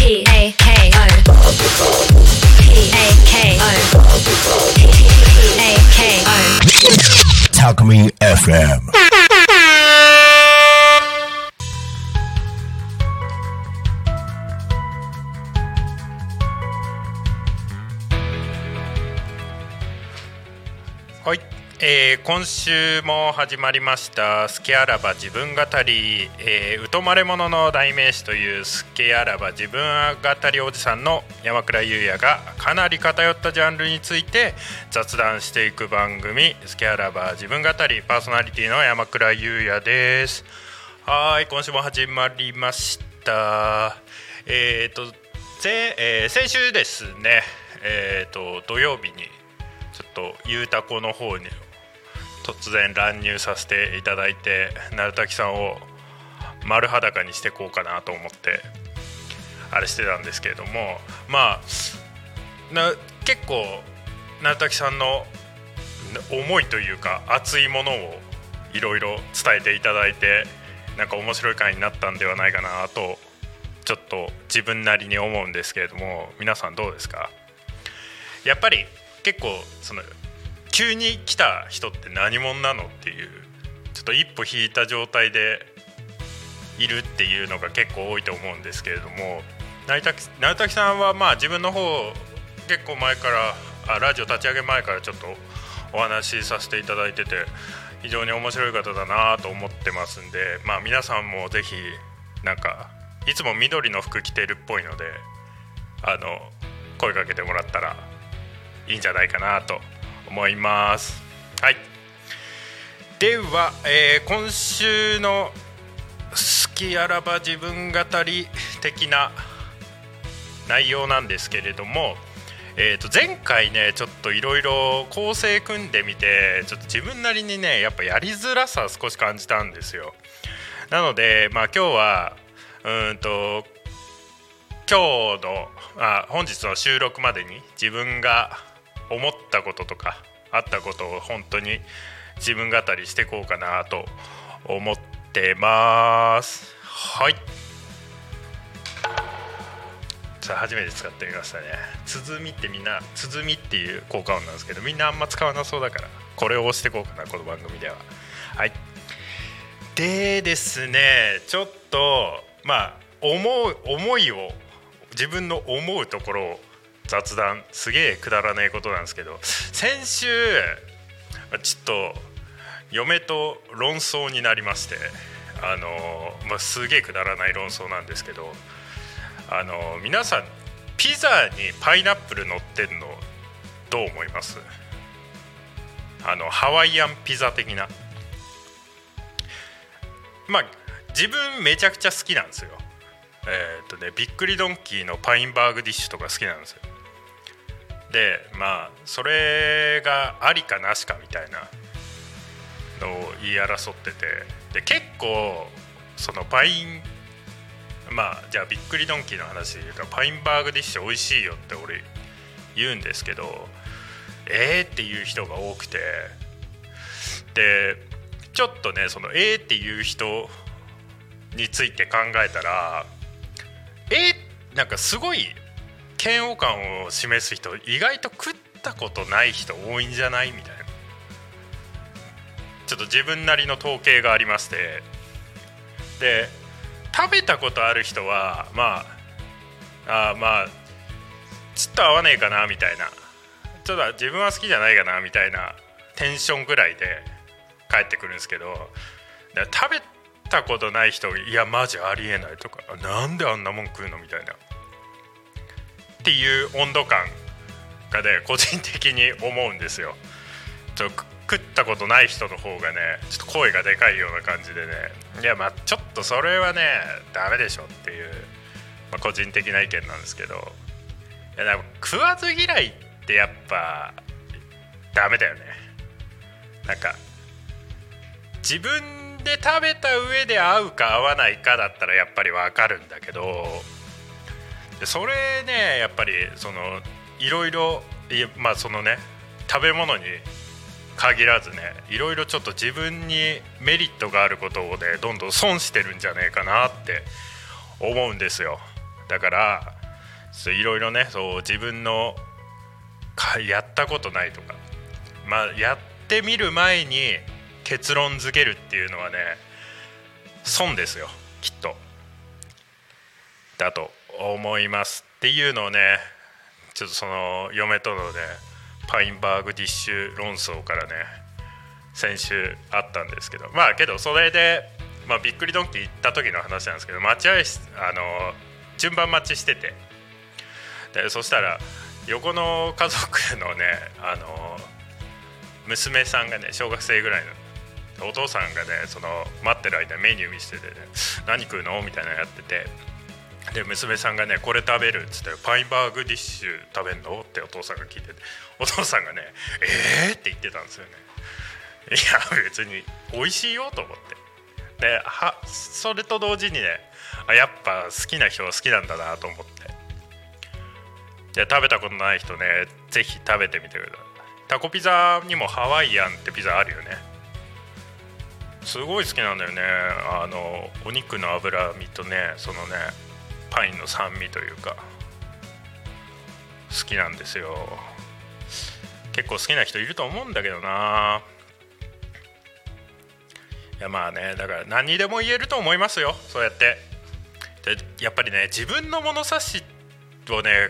Talk Me FM。 はい、今週も始まりましたスケあらば自分語り、疎まれ者の代名詞というスケあらば自分語りおじさんの山倉優也がかなり偏ったジャンルについて雑談していく番組、スケあらば自分語り、パーソナリティの山倉優也です。はい、今週も始まりました。先週ですね、土曜日にちょっとゆうたこの方に突然乱入させていただいて、鳴滝さんを丸裸にしていこうかなと思ってあれしてたんですけれども、まあ結構鳴滝さんの思いというか熱いものをいろいろ伝えていただいて、なんか面白い回になったんではないかなとちょっと自分なりに思うんですけれども、皆さんどうですか？やっぱり結構その急に来た人って何者なのっていう、ちょっと一歩引いた状態でいるっていうのが結構多いと思うんですけれども、鳴滝さんはまあ自分の方結構前からラジオ立ち上げ前からちょっとお話しさせていただいてて、非常に面白い方だなと思ってますんで、まあ皆さんもぜひなんかいつも緑の服着てるっぽいので声かけてもらったらいいんじゃないかなと思います。はい、では、今週の好きあらば自分語り的な内容なんですけれども、前回ねちょっといろいろ構成組んでみて、ちょっと自分なりにねやっぱやりづらさ少し感じたんですよ。なのでまあ今日は本日の収録までに自分が思ったこととかあったことを本当に自分語りしていこうかなと思ってます。はい、さあ初めて使ってみましたね。鼓ってみんな鼓っていう効果音なんですけど、みんなあんま使わなそうだからこれを押していこうかな、この番組では。はい、でですね、ちょっとまあ思いを自分の思うところを雑談、すげえくだらないことなんですけど、先週ちょっと嫁と論争になりまして、すげえくだらない論争なんですけど、皆さんピザにパイナップル乗ってんのどう思います？ハワイアンピザ的な。まあ自分めちゃくちゃ好きなんですよ。びっくりドンキーのパインバーグディッシュとか好きなんですよ。でまあそれがありかなしかみたいなのを言い争ってて、で結構そのパインじゃあびっくりドンキーの話で言うとパインバーグディッシュ美味しいよって俺言うんですけど、っていう人が多くて、でちょっとねそのっていう人について考えたら、なんかすごい嫌悪感を示す人意外と食ったことない人多いんじゃないみたいな、ちょっと自分なりの統計がありまして、で食べたことある人はまあちょっと合わねえかなみたいな、ちょっと自分は好きじゃないかなみたいなテンションぐらいで帰ってくるんですけど、食べたことない人いやマジありえないとか、なんであんなもん食うのみたいなっていう温度感がね個人的に思うんですよ。食ったことない人の方がねちょっと声がでかいような感じでね、いやちょっとそれはねダメでしょっていう、個人的な意見なんですけど、いやなんか食わず嫌いってやっぱダメだよね。なんか自分で食べた上で合うか合わないかだったらやっぱり分かるんだけど、それねやっぱりそのいろいろそのね食べ物に限らずね、いろいろちょっと自分にメリットがあることをねどんどん損してるんじゃねえかなって思うんですよ。だからいろいろね、そう自分のやったことないとか、まあ、やってみる前に結論付けるっていうのはね、損ですよきっとだと思いますっていうのをね、ちょっとその嫁とのねパインバーグディッシュ論争からね先週あったんですけど、まあけどそれで、まあ、びっくりドンキー行った時の話なんですけど、順番待ちしてて、でそしたら横の家族のね娘さんがね小学生ぐらいのお父さんがねその待ってる間メニュー見せててね、何食うのみたいなのやってて、で娘さんがねこれ食べるっつってパインバーグディッシュ食べんのってお父さんが聞いてて、お父さんがねって言ってたんですよね。いや別に美味しいよと思って、でそれと同時にねやっぱ好きな人は好きなんだなと思って、で食べたことない人ねぜひ食べてみてください。タコピザにもハワイアンってピザあるよね。すごい好きなんだよね。お肉の脂身とねそのねパインの酸味というか好きなんですよ。結構好きな人いると思うんだけどな。いやまあね、だから何にでも言えると思いますよそうやって。でやっぱりね自分の物差しをね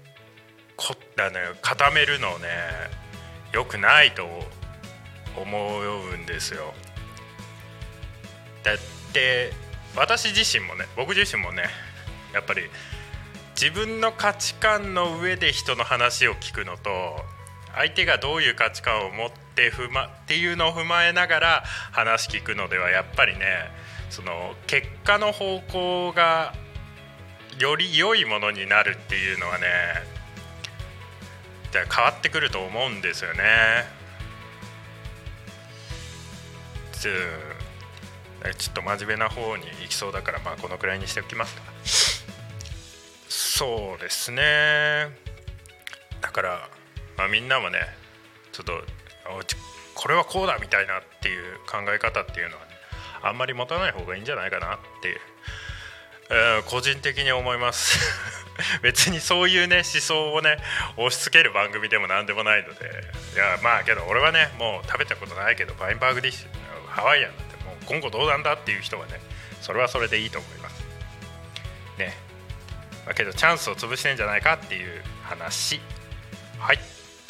固めるのね良くないと思うんですよ。だって私自身もね僕自身もねやっぱり自分の価値観の上で人の話を聞くのと、相手がどういう価値観を持ってっていうのを踏まえながら話聞くのではやっぱりねその結果の方向がより良いものになるっていうのはね変わってくると思うんですよね。ちょっと真面目な方に行きそうだから、まあこのくらいにしておきますか。そうですね。だから、まあ、みんなもねちょっとこれはこうだみたいなっていう考え方っていうのはねあんまり持たない方がいいんじゃないかなっていう、個人的に思います別にそういうね思想をね押し付ける番組でもなんでもないので、いやまあけど俺はねもう食べたことないけどパインバーグディッシュハワイアンなんてもう今後どうなんだっていう人はねそれはそれでいいと思いますね。だけどチャンスを潰してんじゃないかっていう話。はい、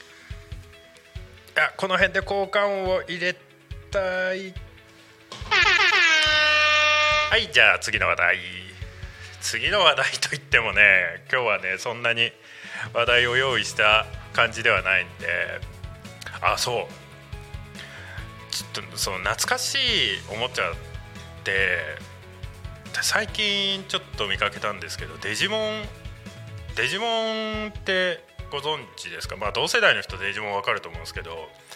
この辺で交換を入れたい。はい、じゃあ次の話題といってもね今日はねそんなに話題を用意した感じではないんで、そうちょっとそう懐かしいおもちゃって最近ちょっと見かけたんですけど、デジモンってご存知ですか？まあ同世代の人デジモン分かると思うんですけど、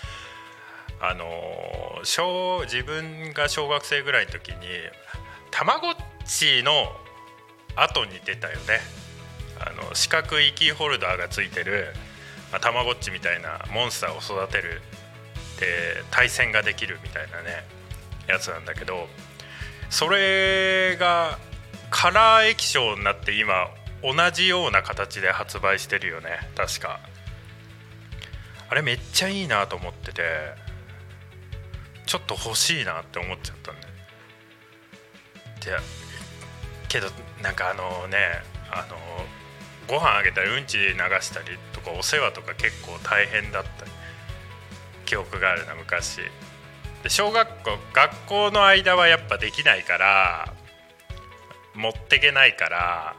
自分が小学生ぐらいの時にたまごっちの後に出たよね。四角いキーホルダーがついてる、たまごっちみたいなモンスターを育てるで対戦ができるみたいなねやつなんだけど、それがカラー液晶になって今同じような形で発売してるよね確か。あれめっちゃいいなと思っててちょっと欲しいなって思っちゃったんだよ。けどなんかご飯あげたりうんち流したりとかお世話とか結構大変だった記憶があるな昔で。学校の間はやっぱできないから持ってけないから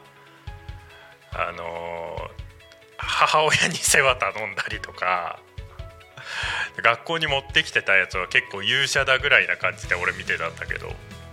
母親に世話頼んだりとか、学校に持ってきてたやつは結構勇者だぐらいな感じで俺見てたんだけど、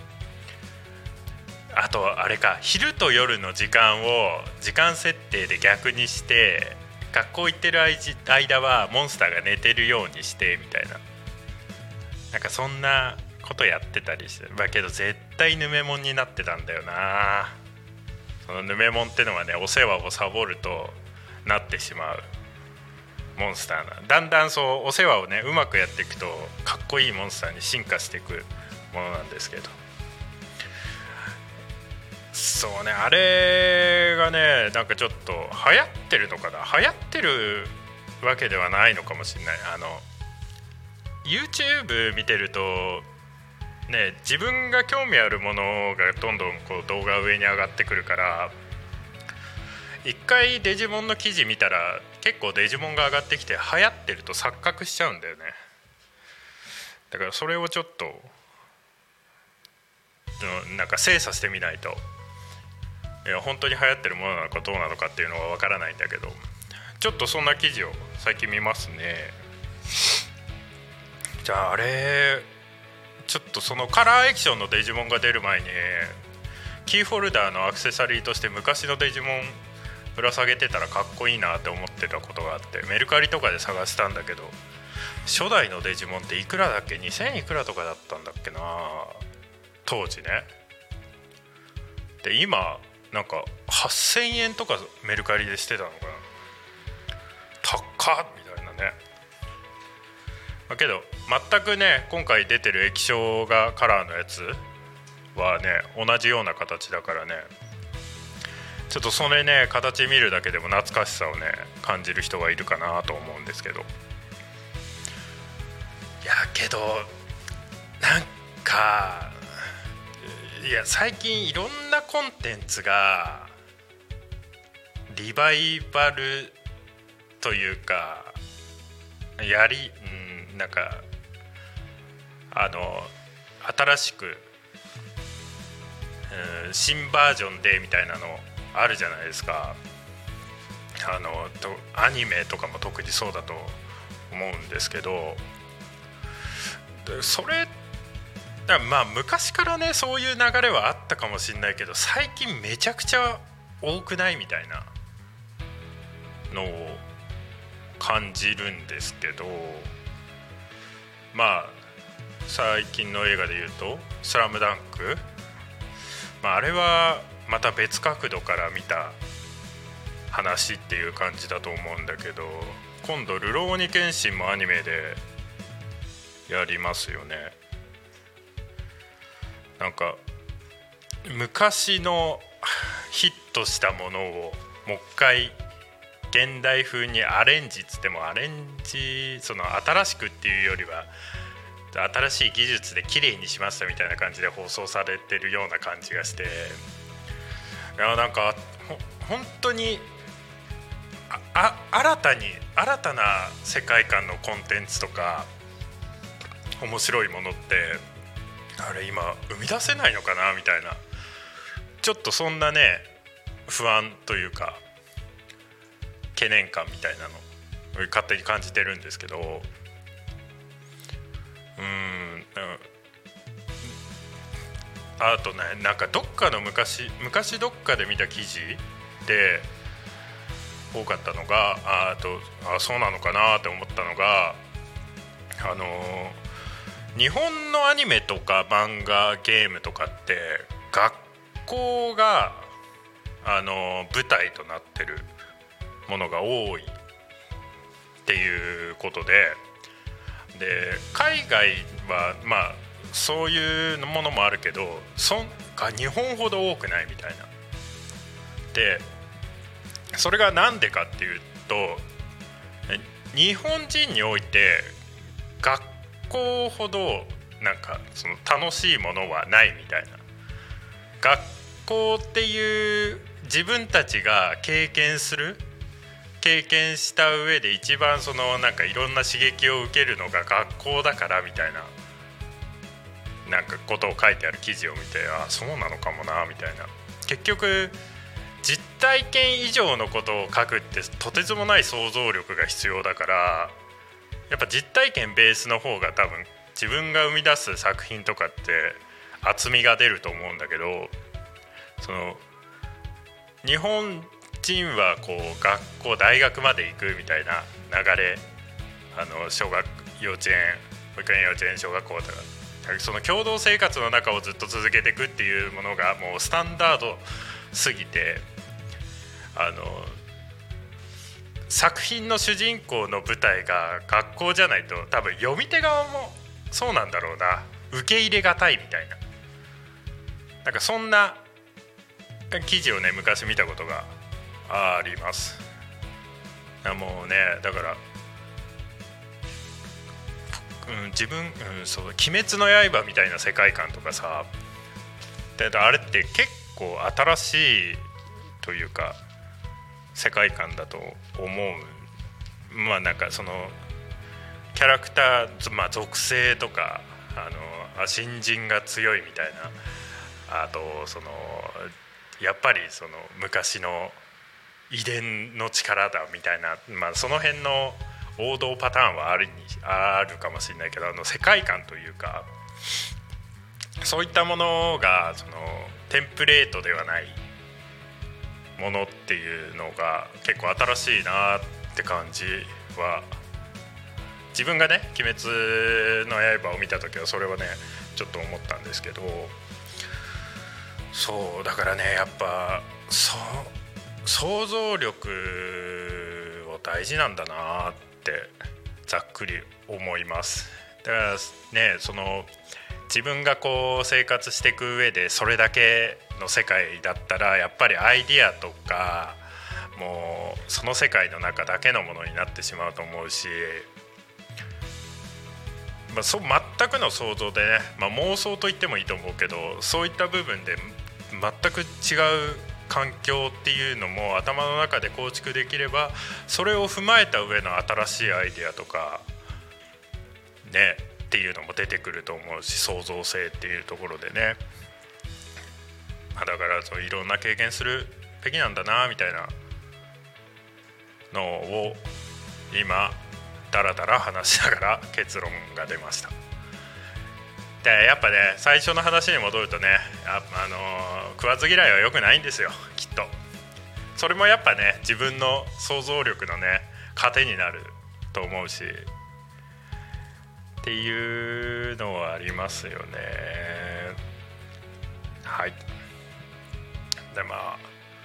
あとあれか昼と夜の時間を時間設定で逆にして学校行ってる間はモンスターが寝てるようにしてみたいな、なんかそんなことやってたりして、けど絶対ヌメモンになってたんだよな。そのヌメモンってのはねお世話をサボるとなってしまうモンスターな。だんだんそうお世話をねうまくやっていくとかっこいいモンスターに進化していくものなんですけど、 そうね、あれがねなんかちょっと流行ってるのかな、流行ってるわけではないのかもしれない。YouTube 見てるとね、自分が興味あるものがどんどんこう動画上に上がってくるから、一回デジモンの記事見たら結構デジモンが上がってきて流行ってると錯覚しちゃうんだよね。だからそれをちょっとなんか精査してみないと、いや本当に流行ってるものなのかどうなのかっていうのはわからないんだけど、ちょっとそんな記事を最近見ますね。じゃああれちょっとそのカラーエキションのデジモンが出る前にキーホルダーのアクセサリーとして昔のデジモンぶら下げてたらかっこいいなって思ってたことがあって、メルカリとかで探したんだけど、初代のデジモンっていくらだっけ、2000いくらとかだったんだっけな当時ね。で今なんか8000円とかメルカリでしてたのかな、高っみたいなね。だけど全くね今回出てる液晶がカラーのやつはね同じような形だからね、ちょっとそれね形見るだけでも懐かしさをね感じる人がいるかなと思うんですけど、いやけどなんかいや最近いろんなコンテンツがリバイバルというかなんか新しく新バージョンでみたいなのあるじゃないですか。アニメとかも特にそうだと思うんですけど、それまあ昔からねそういう流れはあったかもしれないけど、最近めちゃくちゃ多くないみたいなのを感じるんですけど、まあ最近の映画で言うと「スラムダンク、あれはまた別角度から見た話っていう感じだと思うんだけど、今度ルローニケンシンもアニメでやりますよね。なんか昔のヒットしたものをもう一回現代風にアレンジつってもアレンジその新しくっていうよりは新しい技術で綺麗にしましたみたいな感じで放送されてるような感じがして、いやなんか本当に新たな世界観のコンテンツとか面白いものってあれ今生み出せないのかなみたいな、ちょっとそんなね不安というか懸念感みたいなの勝手に感じてるんですけど、あとねなんかどっかの昔どっかで見た記事で多かったのがそうなのかなって思ったのが、日本のアニメとか漫画ゲームとかって学校が舞台となってるものが多いっていうことで、海外はまあそういうものもあるけど日本ほど多くないみたいな。でそれがなんでかっていうと、日本人において学校ほどなんかその楽しいものはないみたいな。学校っていう自分たちが経験した上で一番そのなんかいろんな刺激を受けるのが学校だからみたいななんかことを書いてある記事を見て、そうなのかもなみたいな。結局実体験以上のことを書くってとてつもない想像力が必要だから、やっぱ実体験ベースの方が多分自分が生み出す作品とかって厚みが出ると思うんだけど、その日本人はこう学校大学まで行くみたいな流れ、小学幼稚園保育園幼稚園小学校とかその共同生活の中をずっと続けていくっていうものがもうスタンダードすぎて、作品の主人公の舞台が学校じゃないと多分読み手側もそうなんだろうな、受け入れがたいみたいな、なんかそんな記事をね昔見たことがあります。もうねだから、自分、そう鬼滅の刃みたいな世界観とかさ、であれって結構新しいというか世界観だと思う。まあなんかそのキャラクター、まあ、属性とか新人が強いみたいな、あとそのやっぱりその昔の遺伝の力だみたいな、まあ、その辺の王道パターンはあるかもしれないけど、世界観というかそういったものがそのテンプレートではないものっていうのが結構新しいなって感じは、自分がね鬼滅の刃を見た時はそれはねちょっと思ったんですけど、そうだからねやっぱ想像力を大事なんだなってざっくり思います。だからねその自分がこう生活していく上でそれだけの世界だったらやっぱりアイディアとかもうその世界の中だけのものになってしまうと思うし、まあ、全くの想像でね、まあ、妄想と言ってもいいと思うけど、そういった部分で全く違う環境っていうのも頭の中で構築できれば、それを踏まえた上の新しいアイデアとかねっていうのも出てくると思うし、創造性っていうところでね、だからそういろんな経験するべきなんだなみたいなのを今だらだら話しながら結論が出ました。でやっぱね最初の話に戻るとね、食わず嫌いは良くないんですよきっと。それもやっぱね自分の想像力のね糧になると思うしっていうのはありますよね。はい。でまあ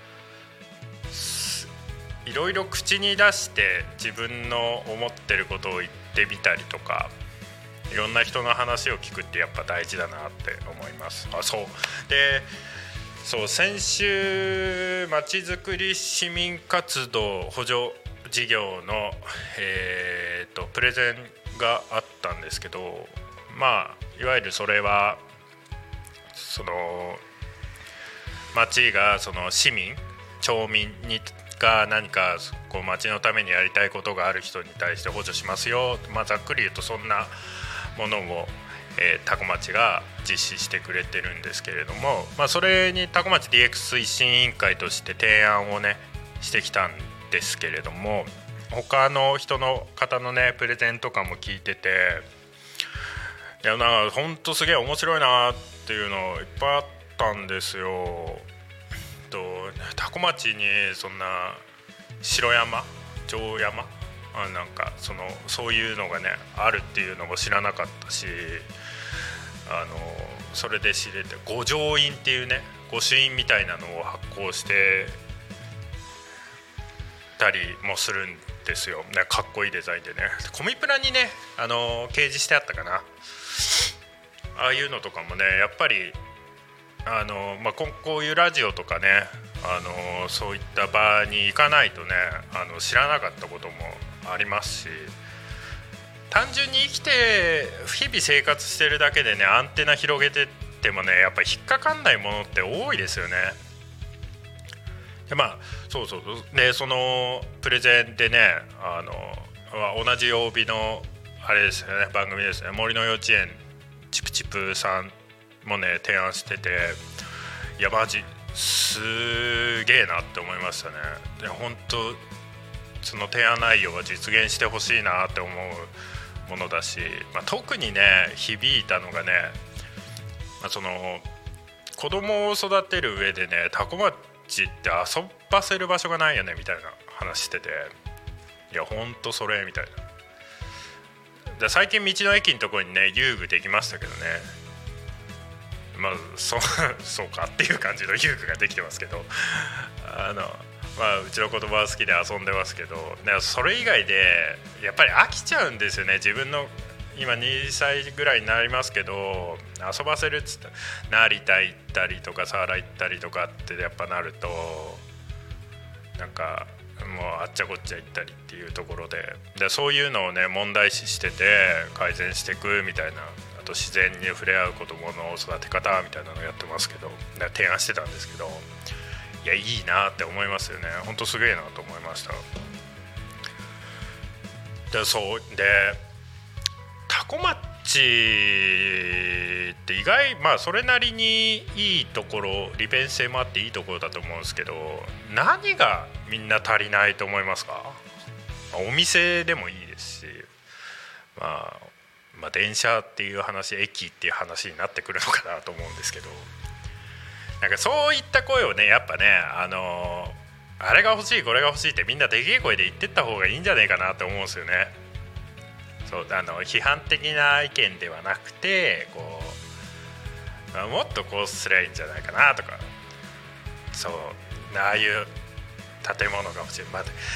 いろいろ口に出して自分の思ってることを言ってみたりとか、いろんな人の話を聞くってやっぱ大事だなって思います。そう先週まちづくり市民活動補助事業の、プレゼンがあったんですけど、まあいわゆるそれはその町がその市民町民にが何かこう町のためにやりたいことがある人に対して補助しますよ、まあ、ざっくり言うとそんなものを、多古町が実施してくれてるんですけれども、まあ、それに多古町 DX 推進委員会として提案をねしてきたんですけれども、他の人の方のねプレゼンとかも聞いてて、いやなんかほんとすげえ面白いなっていうのいっぱいあったんですよ。多古町にそんな城山城山なんかそういうのがねあるっていうのも知らなかったし、それで知れて御城印っていうね御朱印みたいなのを発行してたりもするんですよ。かっこいいデザインでね、コミプラにね掲示してあったかな、ああいうのとかもねやっぱりこういうラジオとかねそういった場に行かないとね知らなかったこともありますし、単純に生きて日々生活してるだけでねアンテナ広げてってもねやっぱり引っかかんないものって多いですよね。でそうでそのプレゼンでね同じ曜日のあれですよね番組ですね、森の幼稚園チプチプさんもね提案してて、いやマジすげえなって思いましたね。で本当その提案内容は実現してほしいなって思うものだし、特にね響いたのがね、その子供を育てる上でね多古町って遊ばせる場所がないよねみたいな話してて、いやほんとそれみたいな。で最近道の駅のところにね遊具できましたけどね、そうかっていう感じの遊具ができてますけどうちの子供は好きで遊んでますけど、それ以外でやっぱり飽きちゃうんですよね。自分の今2歳ぐらいになりますけど遊ばせるっつったら成田行ったりとか佐原行ったりとかってやっぱなるとなんかもうあっちゃこっちゃ行ったりっていうところでそういうのをね問題視してて改善していくみたいな、あと自然に触れ合う子どもの育て方みたいなのをやってますけど、提案してたんですけど、いやいいなって思いますよね。本当すげえなと思いました。でそうでタコマッチって意外それなりにいいところ利便性もあっていいところだと思うんですけど、何がみんな足りないと思いますか？お店でもいいですし、電車っていう話、駅っていう話になってくるのかなと思うんですけど、なんかそういった声をねやっぱねあれが欲しいこれが欲しいってみんなでけえ声で言ってった方がいいんじゃないかなって思うんですよね。そう批判的な意見ではなくてもっとこうすりゃいいんじゃないかなとか、そうああいう建物が欲しい、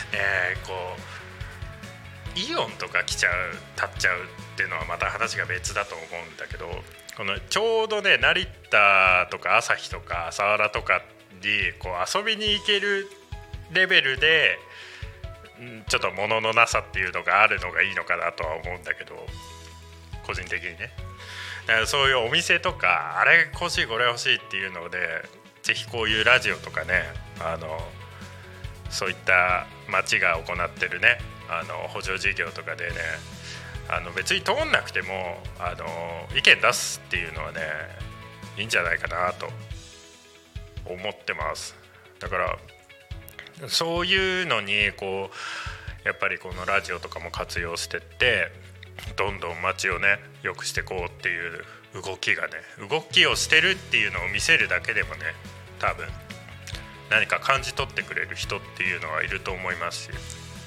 イオンとか立っちゃうっていうのはまた話が別だと思うんだけど、このちょうどね成田とか旭とか佐原とかに遊びに行けるレベルでちょっと物のなさっていうのがあるのがいいのかなとは思うんだけど、個人的にね。だからそういうお店とかあれ欲しいこれ欲しいっていうので、ぜひこういうラジオとかねそういった町が行ってるね補助事業とかでね別に通んなくても意見出すっていうのはねいいんじゃないかなと思ってます。だからそういうのにやっぱりこのラジオとかも活用してってどんどん街をね良くしていこうっていう動きをしてるっていうのを見せるだけでもね、多分何か感じ取ってくれる人っていうのはいると思いますし、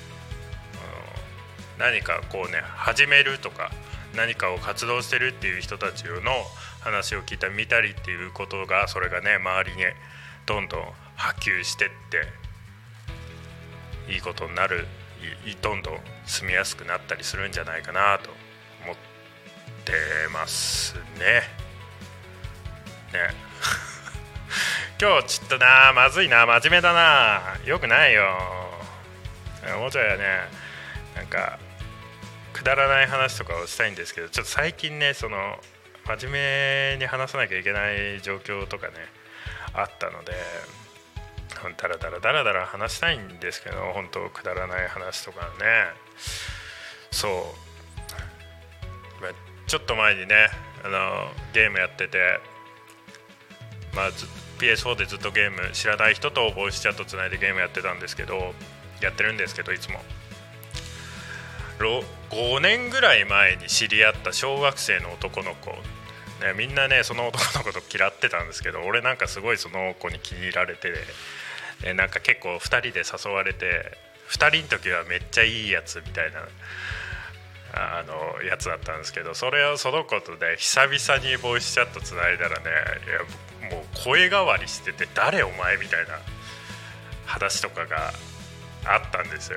何か始めるとか何かを活動してるっていう人たちの話を聞いたり見たりっていうことが、それがね周りにどんどん波及してっていいことになる、どんどん住みやすくなったりするんじゃないかなと思ってますね。今日ちょっとまずいな、真面目だな、よくないよ。もうちょいねなんかくだらない話とかをしたいんですけど、ちょっと最近ね真面目に話さなきゃいけない状況とかねあったので、だらだら話したいんですけど、本当くだらない話とかね。そうちょっと前にねゲームやってて、PS4 でずっとゲーム知らない人とボイスチャットつないでゲームやってるんですけどいつも5年ぐらい前に知り合った小学生の男の子、みんなねその男の子と嫌ってたんですけど、俺なんかすごいその子に気に入られて、なんか結構2人で誘われて、2人の時はめっちゃいいやつみたいなやつだったんですけど、その子とね久々にボイスチャットつないだらね、いやもう声変わりしてて、誰お前みたいな話とかがあったんですよ。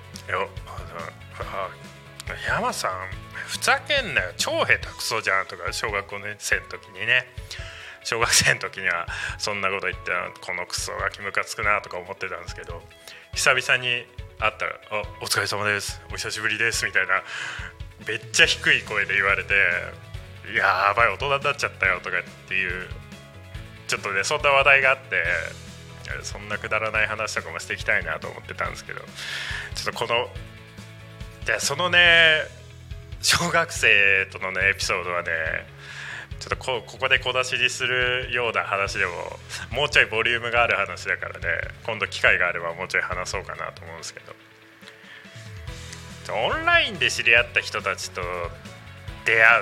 山さんふざけんなよ、超下手くそじゃんとか、小学生の時にはそんなこと言って、このクソガキムカつくなとか思ってたんですけど、久々に会ったらお疲れ様です、お久しぶりですみたいなめっちゃ低い声で言われて、やばい大人になっちゃったよとかっていうちょっとねそんな話題があって、そんなくだらない話とかもしていきたいなと思ってたんですけど、ちょっとそのね小学生とのねエピソードはねちょっとここで小出しにするような話でももうちょいボリュームがある話だからね、今度機会があればもうちょい話そうかなと思うんですけど、オンラインで知り合った人たちと出会う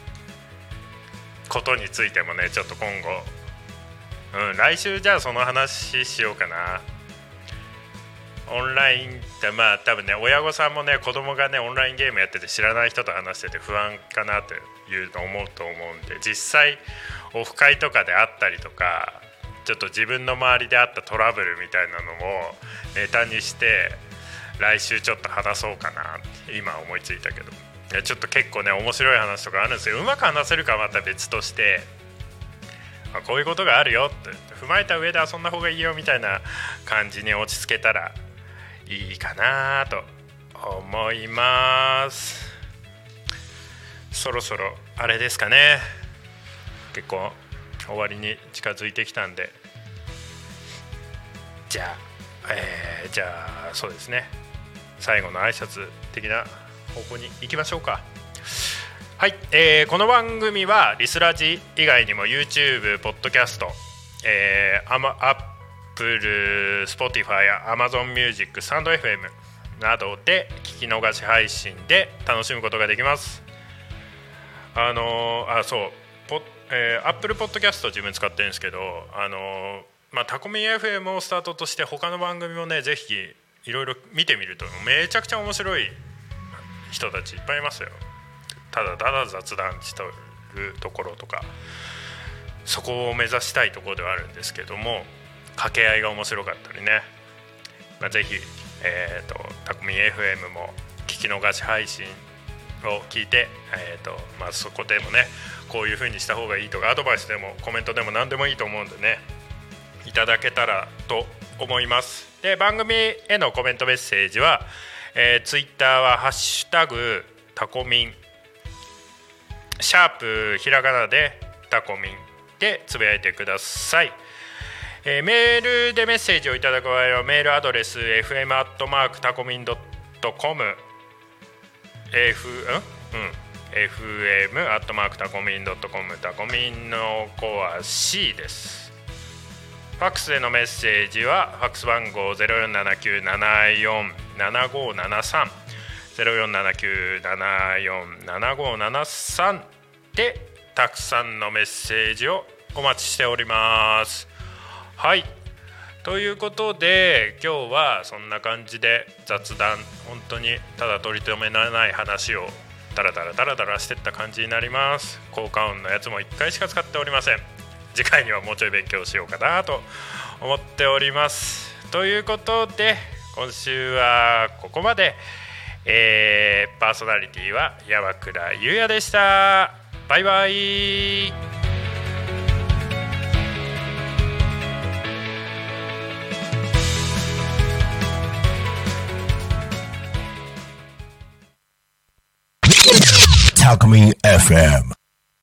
ことについてもねちょっと今後、来週じゃあその話しようかな。オンラインって多分ね親御さんもね子供がねオンラインゲームやってて知らない人と話してて不安かなっていうの思うと思うんで、実際オフ会とかであったりとか、ちょっと自分の周りであったトラブルみたいなのをネタにして来週ちょっと話そうかなって今思いついたけど、 ちょっと結構ね面白い話とかあるんですよ。うまく話せるかはまた別として、こういうことがあるよって踏まえた上で遊んだ方がいいよみたいな感じに落ち着けたらいいかなと思います。そろそろあれですかね、結構終わりに近づいてきたんで、じゃあそうですね、最後の挨拶的な方向に行きましょうか。はい、この番組はリスラジ以外にも YouTube、ポッドキャスト、Apple、Spotify、Amazon Music、スタンド FM などで聞き逃し配信で楽しむことができます。Apple Podcast 自分使ってるんですけど、タコミン FM をスタートとして他の番組もねぜひいろいろ見てみるとめちゃくちゃ面白い人たちいっぱいいますよ。ただただ雑談してるところとか、そこを目指したいところではあるんですけども、掛け合いが面白かったりね、ぜひ、タコミン FM も聞き逃し配信を聞いて、そこでもねこういう風にした方がいいとかアドバイスでもコメントでも何でもいいと思うんでね、いただけたらと思います。で、番組へのコメントメッセージは、ツイッターはハッシュタグタコミンシャープひらがなでタコミンでつぶやいてください。メールでメッセージをいただく場合はメールアドレス fm@tacomin.com fm@tacomin.com タコミンの子は C です。ファックスでのメッセージはファックス番号 0479747573 0479747573 でたくさんのメッセージをお待ちしております。はい、ということで今日はそんな感じで雑談、本当にただ取り留めのない話をダラダラしていった感じになります。効果音のやつも1回しか使っておりません。次回にはもうちょい勉強しようかなと思っております。ということで今週はここまで。パーソナリティは山倉優也でした。バイバイ。 タコミン FM